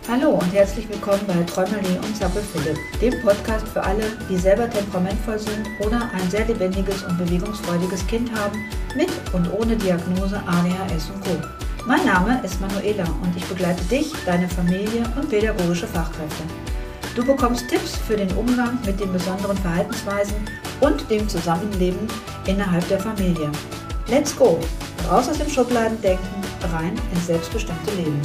Hallo und herzlich willkommen bei Träumerli und Zappel Philipp, dem Podcast für alle, die selber temperamentvoll sind oder ein sehr lebendiges und bewegungsfreudiges Kind haben, mit und ohne Diagnose ADHS und Co. Mein Name ist Manuela und ich begleite dich, deine Familie und pädagogische Fachkräfte. Du bekommst Tipps für den Umgang mit den besonderen Verhaltensweisen und dem Zusammenleben innerhalb der Familie. Let's go! Raus aus dem Schubladendenken, rein ins selbstbestimmte Leben.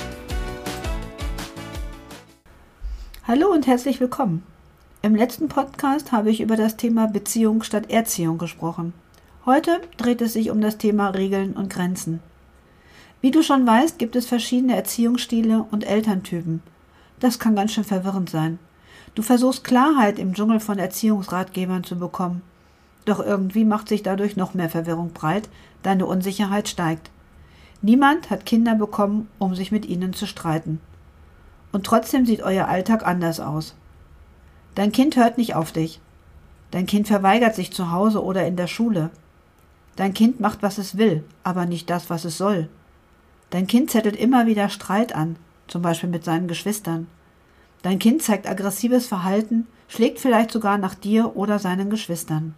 Hallo und herzlich willkommen. Im letzten Podcast habe ich über das Thema Beziehung statt Erziehung gesprochen. Heute dreht es sich um das Thema Regeln und Grenzen. Wie du schon weißt, gibt es verschiedene Erziehungsstile und Elterntypen. Das kann ganz schön verwirrend sein. Du versuchst Klarheit im Dschungel von Erziehungsratgebern zu bekommen. Doch irgendwie macht sich dadurch noch mehr Verwirrung breit, deine Unsicherheit steigt. Niemand hat Kinder bekommen, um sich mit ihnen zu streiten. Und trotzdem sieht euer Alltag anders aus. Dein Kind hört nicht auf dich. Dein Kind verweigert sich zu Hause oder in der Schule. Dein Kind macht, was es will, aber nicht das, was es soll. Dein Kind zettelt immer wieder Streit an, zum Beispiel mit seinen Geschwistern. Dein Kind zeigt aggressives Verhalten, schlägt vielleicht sogar nach dir oder seinen Geschwistern.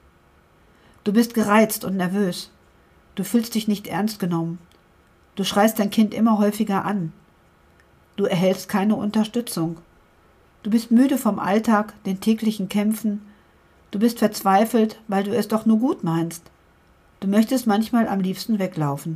Du bist gereizt und nervös. Du fühlst dich nicht ernst genommen. Du schreist dein Kind immer häufiger an. Du erhältst keine Unterstützung. Du bist müde vom Alltag, den täglichen Kämpfen. Du bist verzweifelt, weil du es doch nur gut meinst. Du möchtest manchmal am liebsten weglaufen.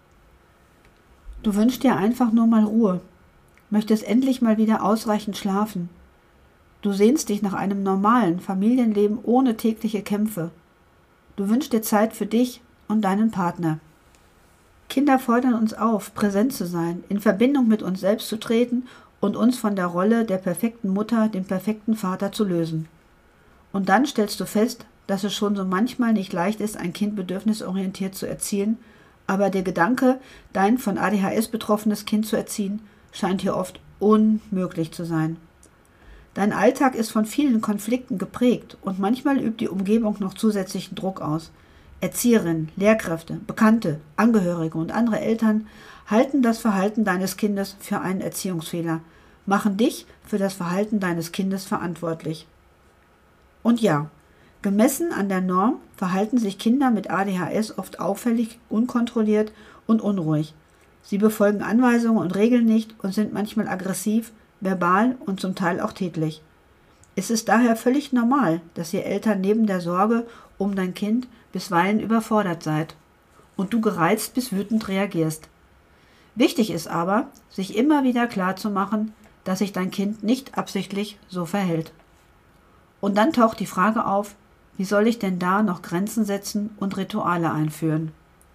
Du wünschst dir einfach nur mal Ruhe, möchtest endlich mal wieder ausreichend schlafen. Du sehnst dich nach einem normalen Familienleben ohne tägliche Kämpfe. Du wünschst dir Zeit für dich und deinen Partner. Kinder fordern uns auf, präsent zu sein, in Verbindung mit uns selbst zu treten und uns von der Rolle der perfekten Mutter, dem perfekten Vater zu lösen. Und dann stellst du fest, dass es schon so manchmal nicht leicht ist, ein Kind bedürfnisorientiert zu erziehen, aber der Gedanke, dein von ADHS betroffenes Kind zu erziehen, scheint hier oft unmöglich zu sein. Dein Alltag ist von vielen Konflikten geprägt und manchmal übt die Umgebung noch zusätzlichen Druck aus. Erzieherinnen, Lehrkräfte, Bekannte, Angehörige und andere Eltern halten das Verhalten deines Kindes für einen Erziehungsfehler, machen dich für das Verhalten deines Kindes verantwortlich. Und ja, gemessen an der Norm verhalten sich Kinder mit ADHS oft auffällig, unkontrolliert und unruhig. Sie befolgen Anweisungen und Regeln nicht und sind manchmal aggressiv, verbal und zum Teil auch tätlich. Es ist daher völlig normal, dass ihr Eltern neben der Sorge um dein Kind bisweilen überfordert seid und du gereizt bis wütend reagierst. Wichtig ist aber, sich immer wieder klarzumachen, dass sich dein Kind nicht absichtlich so verhält. Und dann taucht die Frage auf, wie soll ich denn da noch Grenzen setzen und Rituale einführen?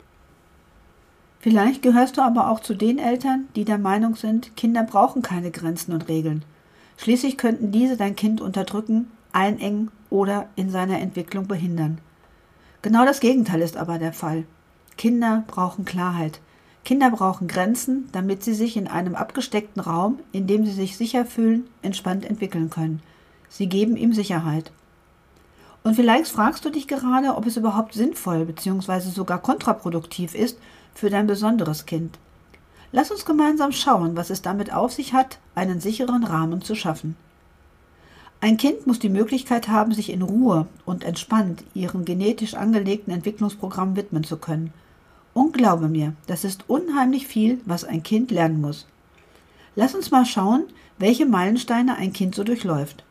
Vielleicht gehörst du aber auch zu den Eltern, die der Meinung sind, Kinder brauchen keine Grenzen und Regeln. Schließlich könnten diese dein Kind unterdrücken, einengen oder in seiner Entwicklung behindern. Genau das Gegenteil ist aber der Fall. Kinder brauchen Klarheit. Kinder brauchen Grenzen, damit sie sich in einem abgesteckten Raum, in dem sie sich sicher fühlen, entspannt entwickeln können. Sie geben ihm Sicherheit. Und vielleicht fragst du dich gerade, ob es überhaupt sinnvoll bzw. sogar kontraproduktiv ist für dein besonderes Kind. Lass uns gemeinsam schauen, was es damit auf sich hat, einen sicheren Rahmen zu schaffen. Ein Kind muss die Möglichkeit haben, sich in Ruhe und entspannt ihrem genetisch angelegten Entwicklungsprogramm widmen zu können. Und glaube mir, das ist unheimlich viel, was ein Kind lernen muss. Lass uns mal schauen, welche Meilensteine ein Kind so durchläuft.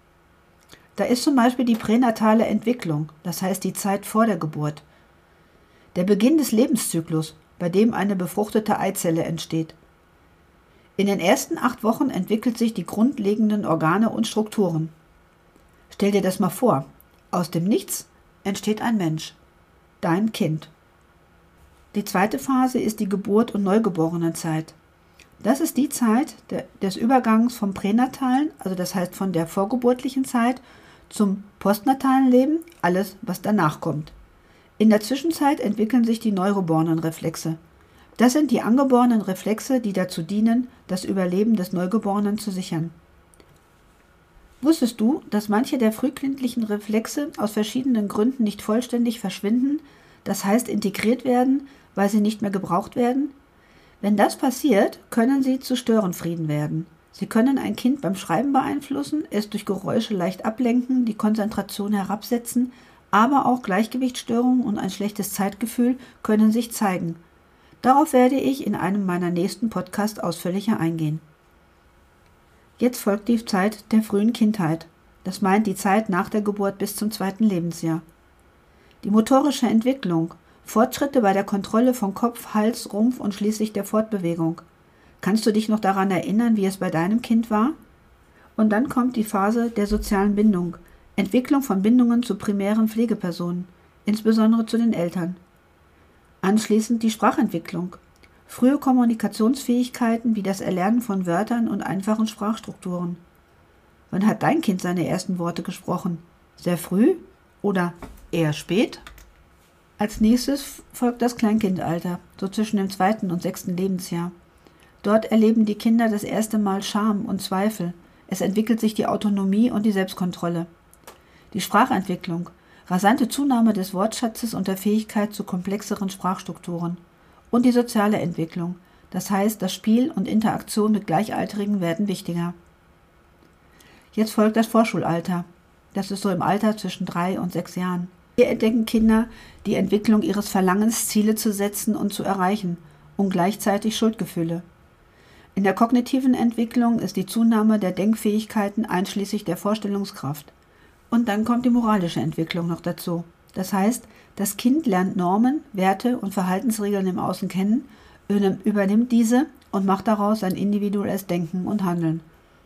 Da ist zum Beispiel die pränatale Entwicklung, das heißt die Zeit vor der Geburt. Der Beginn des Lebenszyklus, bei dem eine befruchtete Eizelle entsteht. In den ersten 8 Wochen entwickelt sich die grundlegenden Organe und Strukturen. Stell dir das mal vor, aus dem Nichts entsteht ein Mensch, dein Kind. Die zweite Phase ist die Geburt- und Neugeborenenzeit. Das ist die Zeit des Übergangs vom pränatalen, also das heißt von der vorgeburtlichen Zeit, zum postnatalen Leben, alles was danach kommt. In der Zwischenzeit entwickeln sich die neugeborenen Reflexe. Das sind die angeborenen Reflexe, die dazu dienen, das Überleben des Neugeborenen zu sichern. Wusstest du, dass manche der frühkindlichen Reflexe aus verschiedenen Gründen nicht vollständig verschwinden, das heißt integriert werden, weil sie nicht mehr gebraucht werden? Wenn das passiert, können sie zu Störenfrieden werden. Sie können ein Kind beim Schreiben beeinflussen, es durch Geräusche leicht ablenken, die Konzentration herabsetzen, aber auch Gleichgewichtsstörungen und ein schlechtes Zeitgefühl können sich zeigen. Darauf werde ich in einem meiner nächsten Podcasts ausführlicher eingehen. Jetzt folgt die Zeit der frühen Kindheit. Das meint die Zeit nach der Geburt bis zum 2. Lebensjahr. Die motorische Entwicklung, Fortschritte bei der Kontrolle von Kopf, Hals, Rumpf und schließlich der Fortbewegung. Kannst du dich noch daran erinnern, wie es bei deinem Kind war? Und dann kommt die Phase der sozialen Bindung, Entwicklung von Bindungen zu primären Pflegepersonen, insbesondere zu den Eltern. Anschließend die Sprachentwicklung, frühe Kommunikationsfähigkeiten wie das Erlernen von Wörtern und einfachen Sprachstrukturen. Wann hat dein Kind seine ersten Worte gesprochen? Sehr früh oder eher spät? Als nächstes folgt das Kleinkindalter, so zwischen dem 2. und 6. Lebensjahr. Dort erleben die Kinder das erste Mal Scham und Zweifel. Es entwickelt sich die Autonomie und die Selbstkontrolle. Die Sprachentwicklung, rasante Zunahme des Wortschatzes und der Fähigkeit zu komplexeren Sprachstrukturen. Und die soziale Entwicklung, das heißt, das Spiel und Interaktion mit Gleichaltrigen werden wichtiger. Jetzt folgt das Vorschulalter. Das ist so im Alter zwischen 3 und 6 Jahren. Hier entdecken Kinder die Entwicklung ihres Verlangens, Ziele zu setzen und zu erreichen und gleichzeitig Schuldgefühle. In der kognitiven Entwicklung ist die Zunahme der Denkfähigkeiten einschließlich der Vorstellungskraft. Und dann kommt die moralische Entwicklung noch dazu. Das heißt, das Kind lernt Normen, Werte und Verhaltensregeln im Außen kennen, übernimmt diese und macht daraus ein individuelles Denken und Handeln.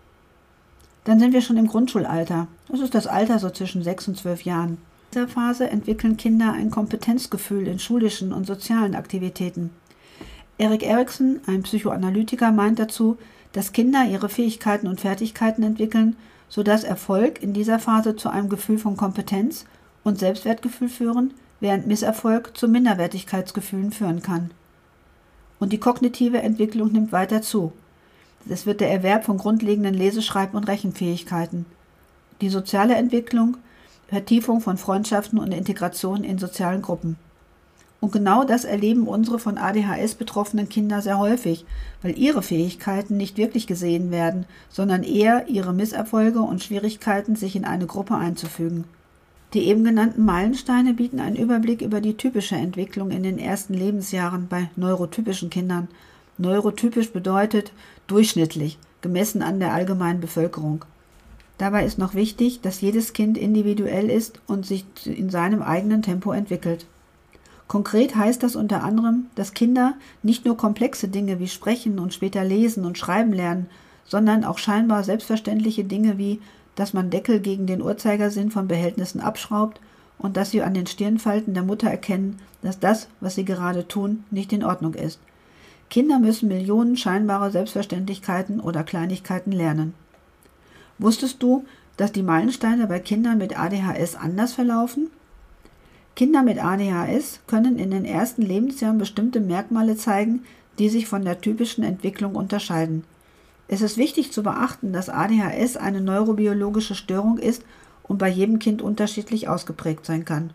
Dann sind wir schon im Grundschulalter. Das ist das Alter so zwischen 6 und 12 Jahren. In dieser Phase entwickeln Kinder ein Kompetenzgefühl in schulischen und sozialen Aktivitäten. Erik Erikson, ein Psychoanalytiker, meint dazu, dass Kinder ihre Fähigkeiten und Fertigkeiten entwickeln, sodass Erfolg in dieser Phase zu einem Gefühl von Kompetenz und Selbstwertgefühl führen, während Misserfolg zu Minderwertigkeitsgefühlen führen kann. Und die kognitive Entwicklung nimmt weiter zu. Es wird der Erwerb von grundlegenden Leseschreib- und Rechenfähigkeiten. Die soziale Entwicklung, Vertiefung von Freundschaften und Integration in sozialen Gruppen. Und genau das erleben unsere von ADHS betroffenen Kinder sehr häufig, weil ihre Fähigkeiten nicht wirklich gesehen werden, sondern eher ihre Misserfolge und Schwierigkeiten, sich in eine Gruppe einzufügen. Die eben genannten Meilensteine bieten einen Überblick über die typische Entwicklung in den ersten Lebensjahren bei neurotypischen Kindern. Neurotypisch bedeutet durchschnittlich, gemessen an der allgemeinen Bevölkerung. Dabei ist noch wichtig, dass jedes Kind individuell ist und sich in seinem eigenen Tempo entwickelt. Konkret heißt das unter anderem, dass Kinder nicht nur komplexe Dinge wie Sprechen und später Lesen und Schreiben lernen, sondern auch scheinbar selbstverständliche Dinge wie, dass man Deckel gegen den Uhrzeigersinn von Behältnissen abschraubt und dass sie an den Stirnfalten der Mutter erkennen, dass das, was sie gerade tun, nicht in Ordnung ist. Kinder müssen Millionen scheinbare Selbstverständlichkeiten oder Kleinigkeiten lernen. Wusstest du, dass die Meilensteine bei Kindern mit ADHS anders verlaufen? Kinder mit ADHS können in den ersten Lebensjahren bestimmte Merkmale zeigen, die sich von der typischen Entwicklung unterscheiden. Es ist wichtig zu beachten, dass ADHS eine neurobiologische Störung ist und bei jedem Kind unterschiedlich ausgeprägt sein kann.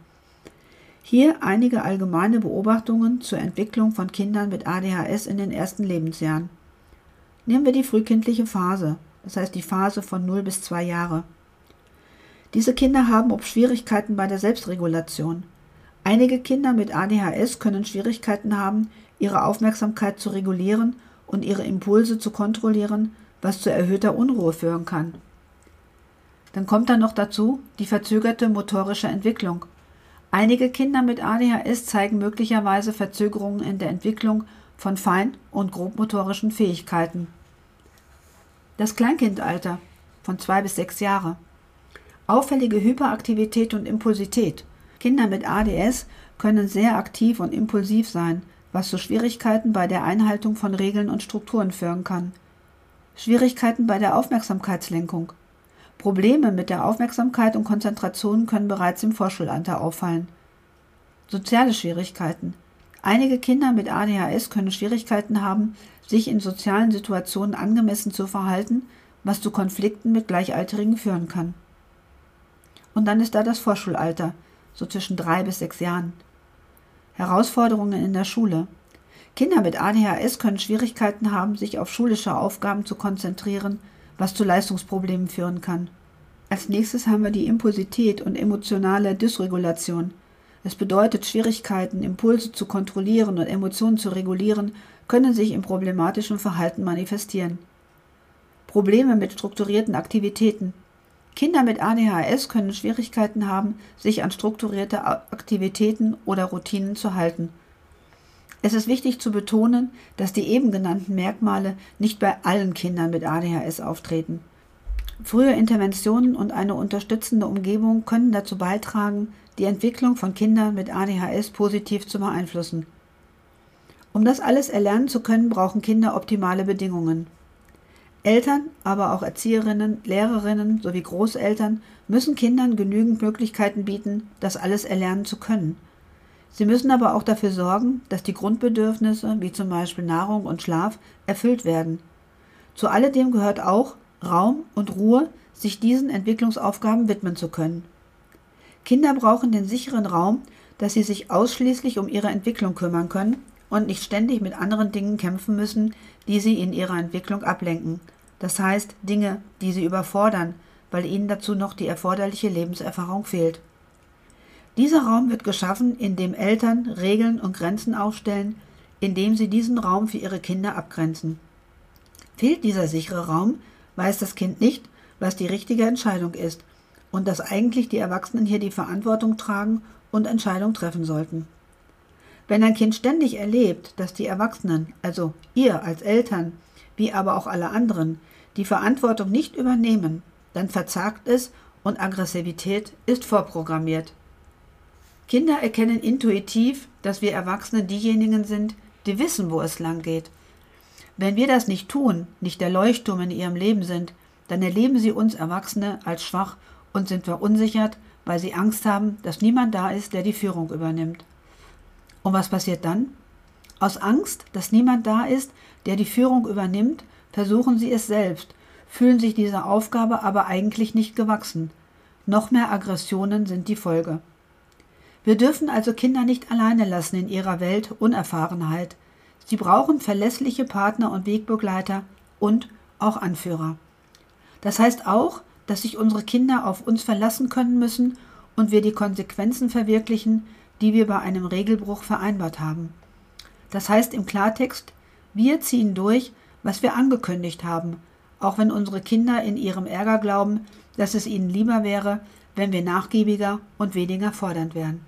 Hier einige allgemeine Beobachtungen zur Entwicklung von Kindern mit ADHS in den ersten Lebensjahren. Nehmen wir die frühkindliche Phase, das heißt die Phase von 0 bis 2 Jahre. Diese Kinder haben oft Schwierigkeiten bei der Selbstregulation. Einige Kinder mit ADHS können Schwierigkeiten haben, ihre Aufmerksamkeit zu regulieren und ihre Impulse zu kontrollieren, was zu erhöhter Unruhe führen kann. Dann kommt dann noch dazu die verzögerte motorische Entwicklung. Einige Kinder mit ADHS zeigen möglicherweise Verzögerungen in der Entwicklung von fein- und grobmotorischen Fähigkeiten. Das Kleinkindalter von 2 bis 6 Jahre. Auffällige Hyperaktivität und Impulsität. Kinder mit ADS können sehr aktiv und impulsiv sein, was zu Schwierigkeiten bei der Einhaltung von Regeln und Strukturen führen kann. Schwierigkeiten bei der Aufmerksamkeitslenkung. Probleme mit der Aufmerksamkeit und Konzentration können bereits im Vorschulalter auffallen. Soziale Schwierigkeiten. Einige Kinder mit ADHS können Schwierigkeiten haben, sich in sozialen Situationen angemessen zu verhalten, was zu Konflikten mit Gleichaltrigen führen kann. Und dann ist da das Vorschulalter, so zwischen 3 bis 6 Jahren. Herausforderungen in der Schule. Kinder mit ADHS können Schwierigkeiten haben, sich auf schulische Aufgaben zu konzentrieren, was zu Leistungsproblemen führen kann. Als nächstes haben wir die Impulsivität und emotionale Dysregulation. Es bedeutet, Schwierigkeiten, Impulse zu kontrollieren und Emotionen zu regulieren, können sich im problematischen Verhalten manifestieren. Probleme mit strukturierten Aktivitäten. Kinder mit ADHS können Schwierigkeiten haben, sich an strukturierte Aktivitäten oder Routinen zu halten. Es ist wichtig zu betonen, dass die eben genannten Merkmale nicht bei allen Kindern mit ADHS auftreten. Frühe Interventionen und eine unterstützende Umgebung können dazu beitragen, die Entwicklung von Kindern mit ADHS positiv zu beeinflussen. Um das alles erlernen zu können, brauchen Kinder optimale Bedingungen. Eltern, aber auch Erzieherinnen, Lehrerinnen sowie Großeltern müssen Kindern genügend Möglichkeiten bieten, das alles erlernen zu können. Sie müssen aber auch dafür sorgen, dass die Grundbedürfnisse, wie zum Beispiel Nahrung und Schlaf, erfüllt werden. Zu alledem gehört auch Raum und Ruhe, sich diesen Entwicklungsaufgaben widmen zu können. Kinder brauchen den sicheren Raum, dass sie sich ausschließlich um ihre Entwicklung kümmern können und nicht ständig mit anderen Dingen kämpfen müssen, die sie in ihrer Entwicklung ablenken. Das heißt, Dinge, die sie überfordern, weil ihnen dazu noch die erforderliche Lebenserfahrung fehlt. Dieser Raum wird geschaffen, indem Eltern Regeln und Grenzen aufstellen, indem sie diesen Raum für ihre Kinder abgrenzen. Fehlt dieser sichere Raum, weiß das Kind nicht, was die richtige Entscheidung ist und dass eigentlich die Erwachsenen hier die Verantwortung tragen und Entscheidungen treffen sollten. Wenn ein Kind ständig erlebt, dass die Erwachsenen, also ihr als Eltern, wie aber auch alle anderen, die Verantwortung nicht übernehmen, dann verzagt es und Aggressivität ist vorprogrammiert. Kinder erkennen intuitiv, dass wir Erwachsene diejenigen sind, die wissen, wo es lang geht. Wenn wir das nicht tun, nicht der Leuchtturm in ihrem Leben sind, dann erleben sie uns Erwachsene als schwach und sind verunsichert, weil sie Angst haben, dass niemand da ist, der die Führung übernimmt. Und was passiert dann? Aus Angst, dass niemand da ist, der die Führung übernimmt, versuchen sie es selbst, fühlen sich dieser Aufgabe aber eigentlich nicht gewachsen. Noch mehr Aggressionen sind die Folge. Wir dürfen also Kinder nicht alleine lassen in ihrer Weltunerfahrenheit. Sie brauchen verlässliche Partner und Wegbegleiter und auch Anführer. Das heißt auch, dass sich unsere Kinder auf uns verlassen können müssen und wir die Konsequenzen verwirklichen, die wir bei einem Regelbruch vereinbart haben. Das heißt im Klartext, wir ziehen durch, was wir angekündigt haben, auch wenn unsere Kinder in ihrem Ärger glauben, dass es ihnen lieber wäre, wenn wir nachgiebiger und weniger fordernd wären.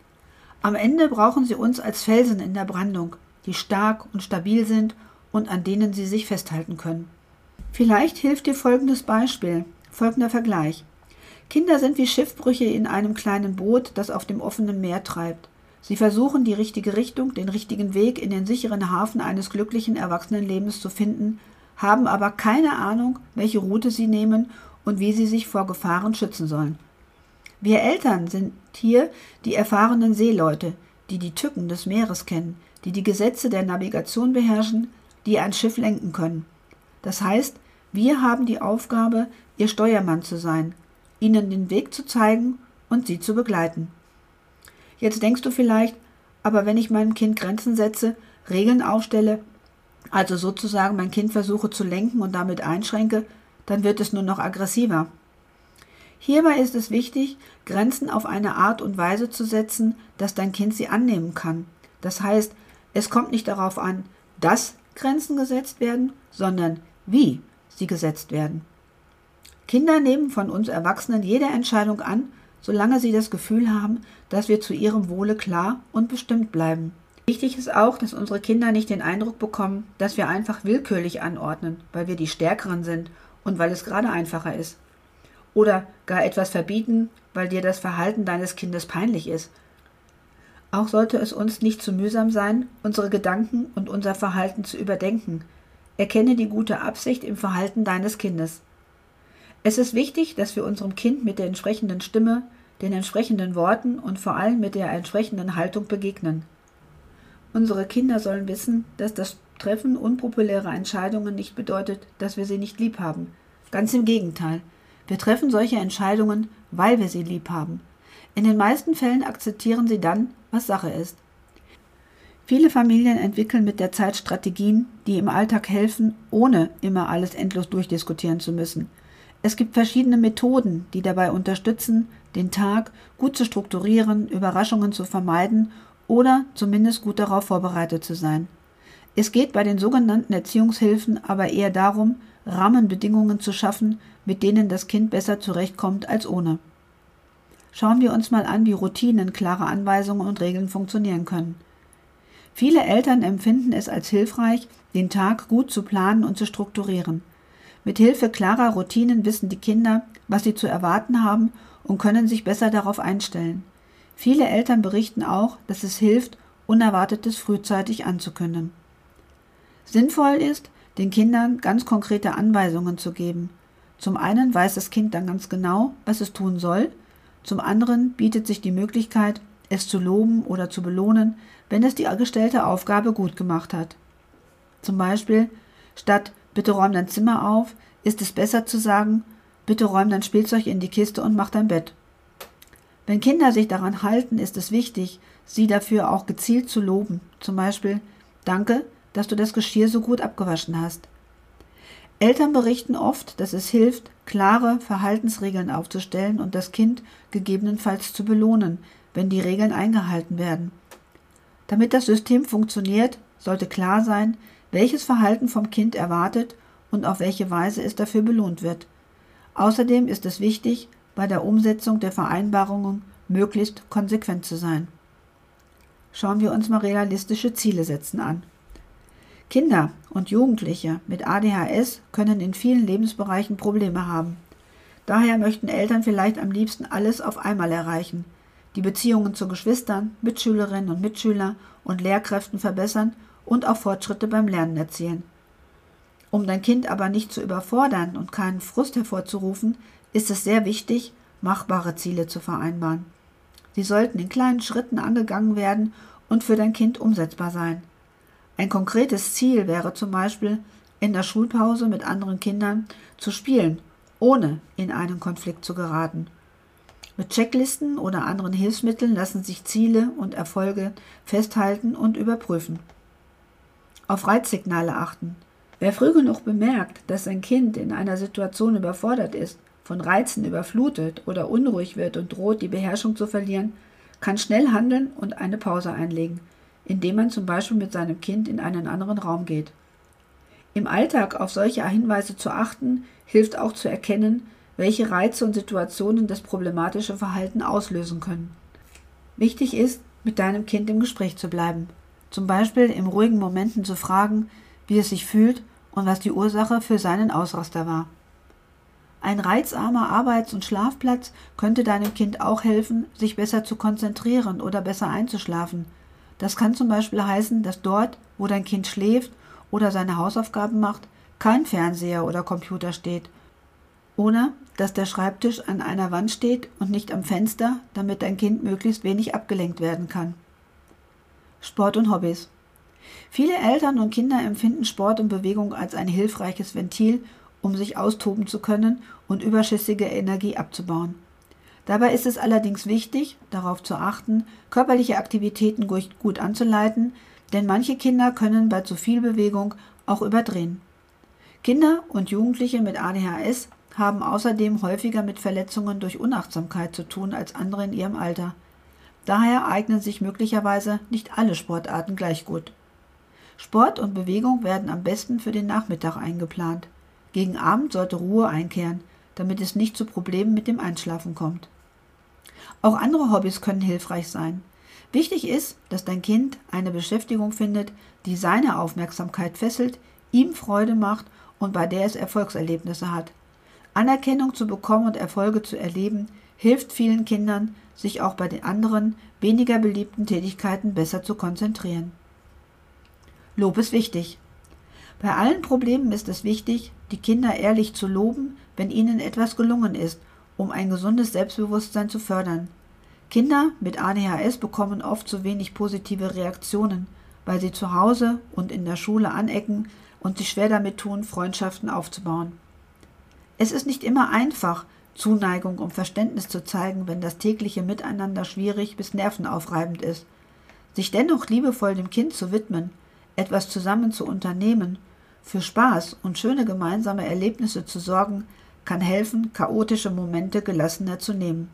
Am Ende brauchen sie uns als Felsen in der Brandung, die stark und stabil sind und an denen sie sich festhalten können. Vielleicht hilft dir folgendes Beispiel, folgender Vergleich. Kinder sind wie Schiffbrüche in einem kleinen Boot, das auf dem offenen Meer treibt. Sie versuchen, die richtige Richtung, den richtigen Weg in den sicheren Hafen eines glücklichen Erwachsenenlebens zu finden, haben aber keine Ahnung, welche Route sie nehmen und wie sie sich vor Gefahren schützen sollen. Wir Eltern sind hier die erfahrenen Seeleute, die die Tücken des Meeres kennen, die die Gesetze der Navigation beherrschen, die ein Schiff lenken können. Das heißt, wir haben die Aufgabe, ihr Steuermann zu sein, ihnen den Weg zu zeigen und sie zu begleiten. Jetzt denkst du vielleicht, aber wenn ich meinem Kind Grenzen setze, Regeln aufstelle, also sozusagen mein Kind versuche zu lenken und damit einschränke, dann wird es nur noch aggressiver. Hierbei ist es wichtig, Grenzen auf eine Art und Weise zu setzen, dass dein Kind sie annehmen kann. Das heißt, es kommt nicht darauf an, dass Grenzen gesetzt werden, sondern wie sie gesetzt werden. Kinder nehmen von uns Erwachsenen jede Entscheidung an, solange sie das Gefühl haben, dass wir zu ihrem Wohle klar und bestimmt bleiben. Wichtig ist auch, dass unsere Kinder nicht den Eindruck bekommen, dass wir einfach willkürlich anordnen, weil wir die Stärkeren sind und weil es gerade einfacher ist. Oder gar etwas verbieten, weil dir das Verhalten deines Kindes peinlich ist. Auch sollte es uns nicht zu mühsam sein, unsere Gedanken und unser Verhalten zu überdenken. Erkenne die gute Absicht im Verhalten deines Kindes. Es ist wichtig, dass wir unserem Kind mit der entsprechenden Stimme, den entsprechenden Worten und vor allem mit der entsprechenden Haltung begegnen. Unsere Kinder sollen wissen, dass das Treffen unpopulärer Entscheidungen nicht bedeutet, dass wir sie nicht lieb haben. Ganz im Gegenteil. Wir treffen solche Entscheidungen, weil wir sie lieb haben. In den meisten Fällen akzeptieren sie dann, was Sache ist. Viele Familien entwickeln mit der Zeit Strategien, die im Alltag helfen, ohne immer alles endlos durchdiskutieren zu müssen. Es gibt verschiedene Methoden, die dabei unterstützen, den Tag gut zu strukturieren, Überraschungen zu vermeiden oder zumindest gut darauf vorbereitet zu sein. Es geht bei den sogenannten Erziehungshilfen aber eher darum, Rahmenbedingungen zu schaffen, mit denen das Kind besser zurechtkommt als ohne. Schauen wir uns mal an, wie Routinen, klare Anweisungen und Regeln funktionieren können. Viele Eltern empfinden es als hilfreich, den Tag gut zu planen und zu strukturieren. Mit Hilfe klarer Routinen wissen die Kinder, was sie zu erwarten haben und können sich besser darauf einstellen. Viele Eltern berichten auch, dass es hilft, Unerwartetes frühzeitig anzukündigen. Sinnvoll ist, den Kindern ganz konkrete Anweisungen zu geben. Zum einen weiß das Kind dann ganz genau, was es tun soll, zum anderen bietet sich die Möglichkeit, es zu loben oder zu belohnen, wenn es die gestellte Aufgabe gut gemacht hat. Zum Beispiel, statt »Bitte räum dein Zimmer auf«, ist es besser zu sagen, »Bitte räum dein Spielzeug in die Kiste und mach dein Bett«. Wenn Kinder sich daran halten, ist es wichtig, sie dafür auch gezielt zu loben. Zum Beispiel, »Danke, dass du das Geschirr so gut abgewaschen hast«. Eltern berichten oft, dass es hilft, klare Verhaltensregeln aufzustellen und das Kind gegebenenfalls zu belohnen, wenn die Regeln eingehalten werden. Damit das System funktioniert, sollte klar sein, welches Verhalten vom Kind erwartet und auf welche Weise es dafür belohnt wird. Außerdem ist es wichtig, bei der Umsetzung der Vereinbarungen möglichst konsequent zu sein. Schauen wir uns mal realistische Ziele setzen an. Kinder und Jugendliche mit ADHS können in vielen Lebensbereichen Probleme haben. Daher möchten Eltern vielleicht am liebsten alles auf einmal erreichen, die Beziehungen zu Geschwistern, Mitschülerinnen und Mitschülern und Lehrkräften verbessern und auch Fortschritte beim Lernen erzielen. Um dein Kind aber nicht zu überfordern und keinen Frust hervorzurufen, ist es sehr wichtig, machbare Ziele zu vereinbaren. Sie sollten in kleinen Schritten angegangen werden und für dein Kind umsetzbar sein. Ein konkretes Ziel wäre zum Beispiel, in der Schulpause mit anderen Kindern zu spielen, ohne in einen Konflikt zu geraten. Mit Checklisten oder anderen Hilfsmitteln lassen sich Ziele und Erfolge festhalten und überprüfen. Auf Reizsignale achten. Wer früh genug bemerkt, dass sein Kind in einer Situation überfordert ist, von Reizen überflutet oder unruhig wird und droht, die Beherrschung zu verlieren, kann schnell handeln und eine Pause einlegen, indem man zum Beispiel mit seinem Kind in einen anderen Raum geht. Im Alltag auf solche Hinweise zu achten, hilft auch zu erkennen, welche Reize und Situationen das problematische Verhalten auslösen können. Wichtig ist, mit deinem Kind im Gespräch zu bleiben. Zum Beispiel in ruhigen Momenten zu fragen, wie es sich fühlt und was die Ursache für seinen Ausraster war. Ein reizarmer Arbeits- und Schlafplatz könnte deinem Kind auch helfen, sich besser zu konzentrieren oder besser einzuschlafen. Das kann zum Beispiel heißen, dass dort, wo dein Kind schläft oder seine Hausaufgaben macht, kein Fernseher oder Computer steht. Oder dass der Schreibtisch an einer Wand steht und nicht am Fenster, damit dein Kind möglichst wenig abgelenkt werden kann. Sport und Hobbys. Viele Eltern und Kinder empfinden Sport und Bewegung als ein hilfreiches Ventil, um sich austoben zu können und überschüssige Energie abzubauen. Dabei ist es allerdings wichtig, darauf zu achten, körperliche Aktivitäten gut anzuleiten, denn manche Kinder können bei zu viel Bewegung auch überdrehen. Kinder und Jugendliche mit ADHS haben außerdem häufiger mit Verletzungen durch Unachtsamkeit zu tun als andere in ihrem Alter. Daher eignen sich möglicherweise nicht alle Sportarten gleich gut. Sport und Bewegung werden am besten für den Nachmittag eingeplant. Gegen Abend sollte Ruhe einkehren, damit es nicht zu Problemen mit dem Einschlafen kommt. Auch andere Hobbys können hilfreich sein. Wichtig ist, dass dein Kind eine Beschäftigung findet, die seine Aufmerksamkeit fesselt, ihm Freude macht und bei der es Erfolgserlebnisse hat. Anerkennung zu bekommen und Erfolge zu erleben, hilft vielen Kindern, sich auch bei den anderen, weniger beliebten Tätigkeiten besser zu konzentrieren. Lob ist wichtig. Bei allen Problemen ist es wichtig, die Kinder ehrlich zu loben, wenn ihnen etwas gelungen ist, um ein gesundes Selbstbewusstsein zu fördern. Kinder mit ADHS bekommen oft zu wenig positive Reaktionen, weil sie zu Hause und in der Schule anecken und sich schwer damit tun, Freundschaften aufzubauen. Es ist nicht immer einfach, Zuneigung und Verständnis zu zeigen, wenn das tägliche Miteinander schwierig bis nervenaufreibend ist. Sich dennoch liebevoll dem Kind zu widmen, etwas zusammen zu unternehmen, für Spaß und schöne gemeinsame Erlebnisse zu sorgen, kann helfen, chaotische Momente gelassener zu nehmen.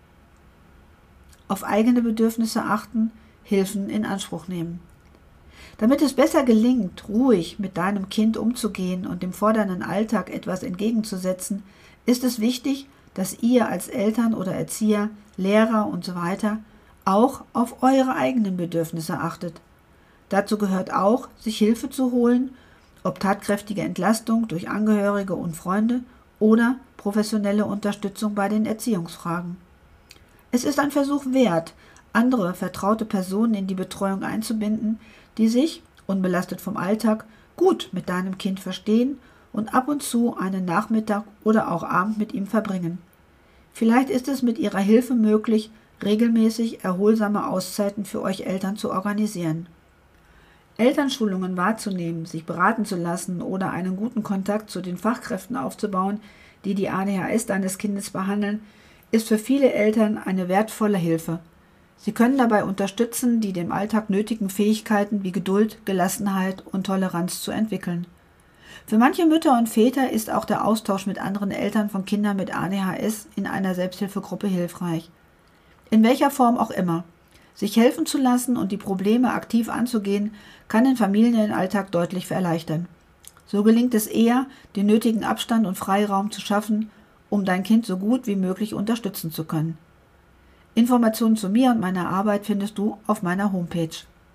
Auf eigene Bedürfnisse achten, Hilfen in Anspruch nehmen. Damit es besser gelingt, ruhig mit deinem Kind umzugehen und dem fordernden Alltag etwas entgegenzusetzen, ist es wichtig, dass ihr als Eltern oder Erzieher, Lehrer usw. auch auf eure eigenen Bedürfnisse achtet. Dazu gehört auch, sich Hilfe zu holen, ob tatkräftige Entlastung durch Angehörige und Freunde oder professionelle Unterstützung bei den Erziehungsfragen. Es ist ein Versuch wert, andere vertraute Personen in die Betreuung einzubinden, die sich, unbelastet vom Alltag, gut mit deinem Kind verstehen und ab und zu einen Nachmittag oder auch Abend mit ihm verbringen. Vielleicht ist es mit ihrer Hilfe möglich, regelmäßig erholsame Auszeiten für euch Eltern zu organisieren. Elternschulungen wahrzunehmen, sich beraten zu lassen oder einen guten Kontakt zu den Fachkräften aufzubauen, die die ADHS deines Kindes behandeln, ist für viele Eltern eine wertvolle Hilfe. Sie können dabei unterstützen, die dem Alltag nötigen Fähigkeiten wie Geduld, Gelassenheit und Toleranz zu entwickeln. Für manche Mütter und Väter ist auch der Austausch mit anderen Eltern von Kindern mit ADHS in einer Selbsthilfegruppe hilfreich. In welcher Form auch immer. Sich helfen zu lassen und die Probleme aktiv anzugehen, kann den Familienalltag deutlich erleichtern. So gelingt es eher, den nötigen Abstand und Freiraum zu schaffen, um dein Kind so gut wie möglich unterstützen zu können. Informationen zu mir und meiner Arbeit findest du auf meiner Homepage.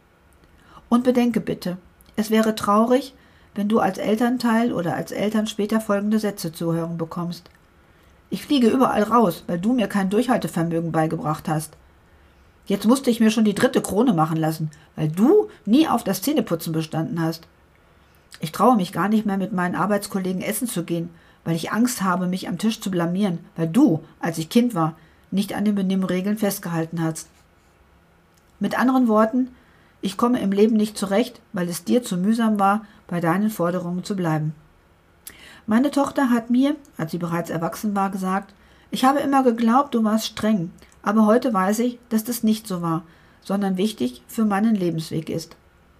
Und bedenke bitte, es wäre traurig, wenn du als Elternteil oder als Eltern später folgende Sätze zu hören bekommst. Ich fliege überall raus, weil du mir kein Durchhaltevermögen beigebracht hast. Jetzt musste ich mir schon die 3. Krone machen lassen, weil du nie auf das Zähneputzen bestanden hast. Ich traue mich gar nicht mehr mit meinen Arbeitskollegen essen zu gehen, weil ich Angst habe, mich am Tisch zu blamieren, weil du, als ich Kind war, nicht an den Benimmregeln festgehalten hast. Mit anderen Worten, ich komme im Leben nicht zurecht, weil es dir zu mühsam war, bei deinen Forderungen zu bleiben. Meine Tochter hat mir, als sie bereits erwachsen war, gesagt, ich habe immer geglaubt, du warst streng, aber heute weiß ich, dass das nicht so war, sondern wichtig für meinen Lebensweg ist.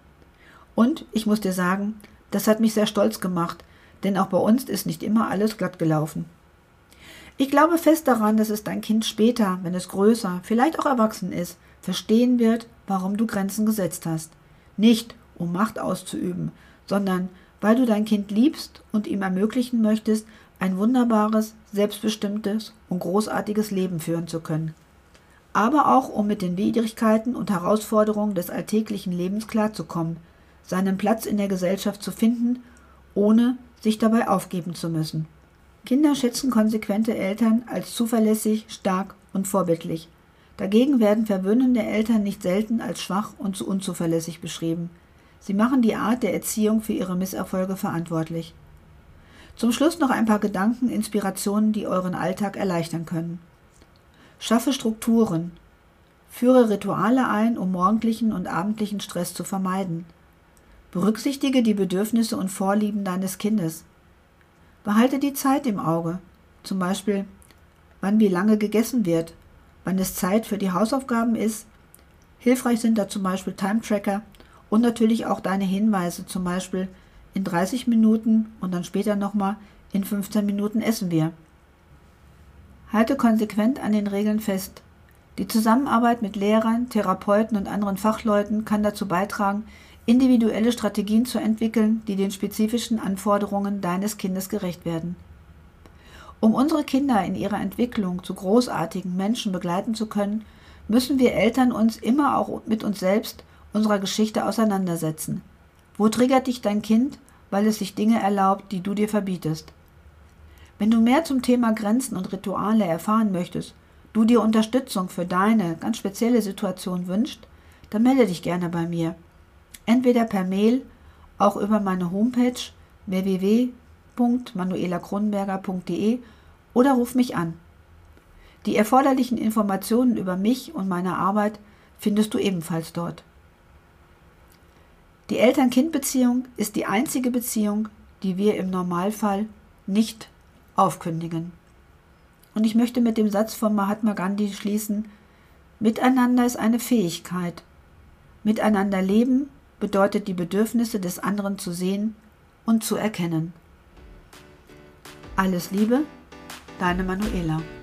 Und ich muss dir sagen, das hat mich sehr stolz gemacht, denn auch bei uns ist nicht immer alles glatt gelaufen. Ich glaube fest daran, dass es dein Kind später, wenn es größer, vielleicht auch erwachsen ist, verstehen wird, warum du Grenzen gesetzt hast. Nicht, um Macht auszuüben, sondern weil du dein Kind liebst und ihm ermöglichen möchtest, ein wunderbares, selbstbestimmtes und großartiges Leben führen zu können. Aber auch, um mit den Widrigkeiten und Herausforderungen des alltäglichen Lebens klarzukommen, seinen Platz in der Gesellschaft zu finden, ohne sich dabei aufgeben zu müssen. Kinder schätzen konsequente Eltern als zuverlässig, stark und vorbildlich. Dagegen werden verwöhnende Eltern nicht selten als schwach und zu unzuverlässig beschrieben. Sie machen die Art der Erziehung für ihre Misserfolge verantwortlich. Zum Schluss noch ein paar Gedanken, Inspirationen, die euren Alltag erleichtern können. Schaffe Strukturen. Führe Rituale ein, um morgendlichen und abendlichen Stress zu vermeiden. Berücksichtige die Bedürfnisse und Vorlieben deines Kindes. Behalte die Zeit im Auge, zum Beispiel, wann wie lange gegessen wird, wann es Zeit für die Hausaufgaben ist. Hilfreich sind da zum Beispiel Time-Tracker und natürlich auch deine Hinweise, zum Beispiel in 30 Minuten und dann später nochmal in 15 Minuten essen wir. Halte konsequent an den Regeln fest. Die Zusammenarbeit mit Lehrern, Therapeuten und anderen Fachleuten kann dazu beitragen, individuelle Strategien zu entwickeln, die den spezifischen Anforderungen deines Kindes gerecht werden. Um unsere Kinder in ihrer Entwicklung zu großartigen Menschen begleiten zu können, müssen wir Eltern uns immer auch mit uns selbst, unserer Geschichte auseinandersetzen. Wo triggert dich dein Kind, weil es sich Dinge erlaubt, die du dir verbietest? Wenn du mehr zum Thema Grenzen und Rituale erfahren möchtest, du dir Unterstützung für deine ganz spezielle Situation wünschst, dann melde dich gerne bei mir. Entweder per Mail, auch über meine Homepage www.manuelakronenberger.de oder ruf mich an. Die erforderlichen Informationen über mich und meine Arbeit findest du ebenfalls dort. Die Eltern-Kind-Beziehung ist die einzige Beziehung, die wir im Normalfall nicht aufkündigen. Und ich möchte mit dem Satz von Mahatma Gandhi schließen: Miteinander ist eine Fähigkeit, Miteinander leben bedeutet, die Bedürfnisse des anderen zu sehen und zu erkennen. Alles Liebe, deine Manuela.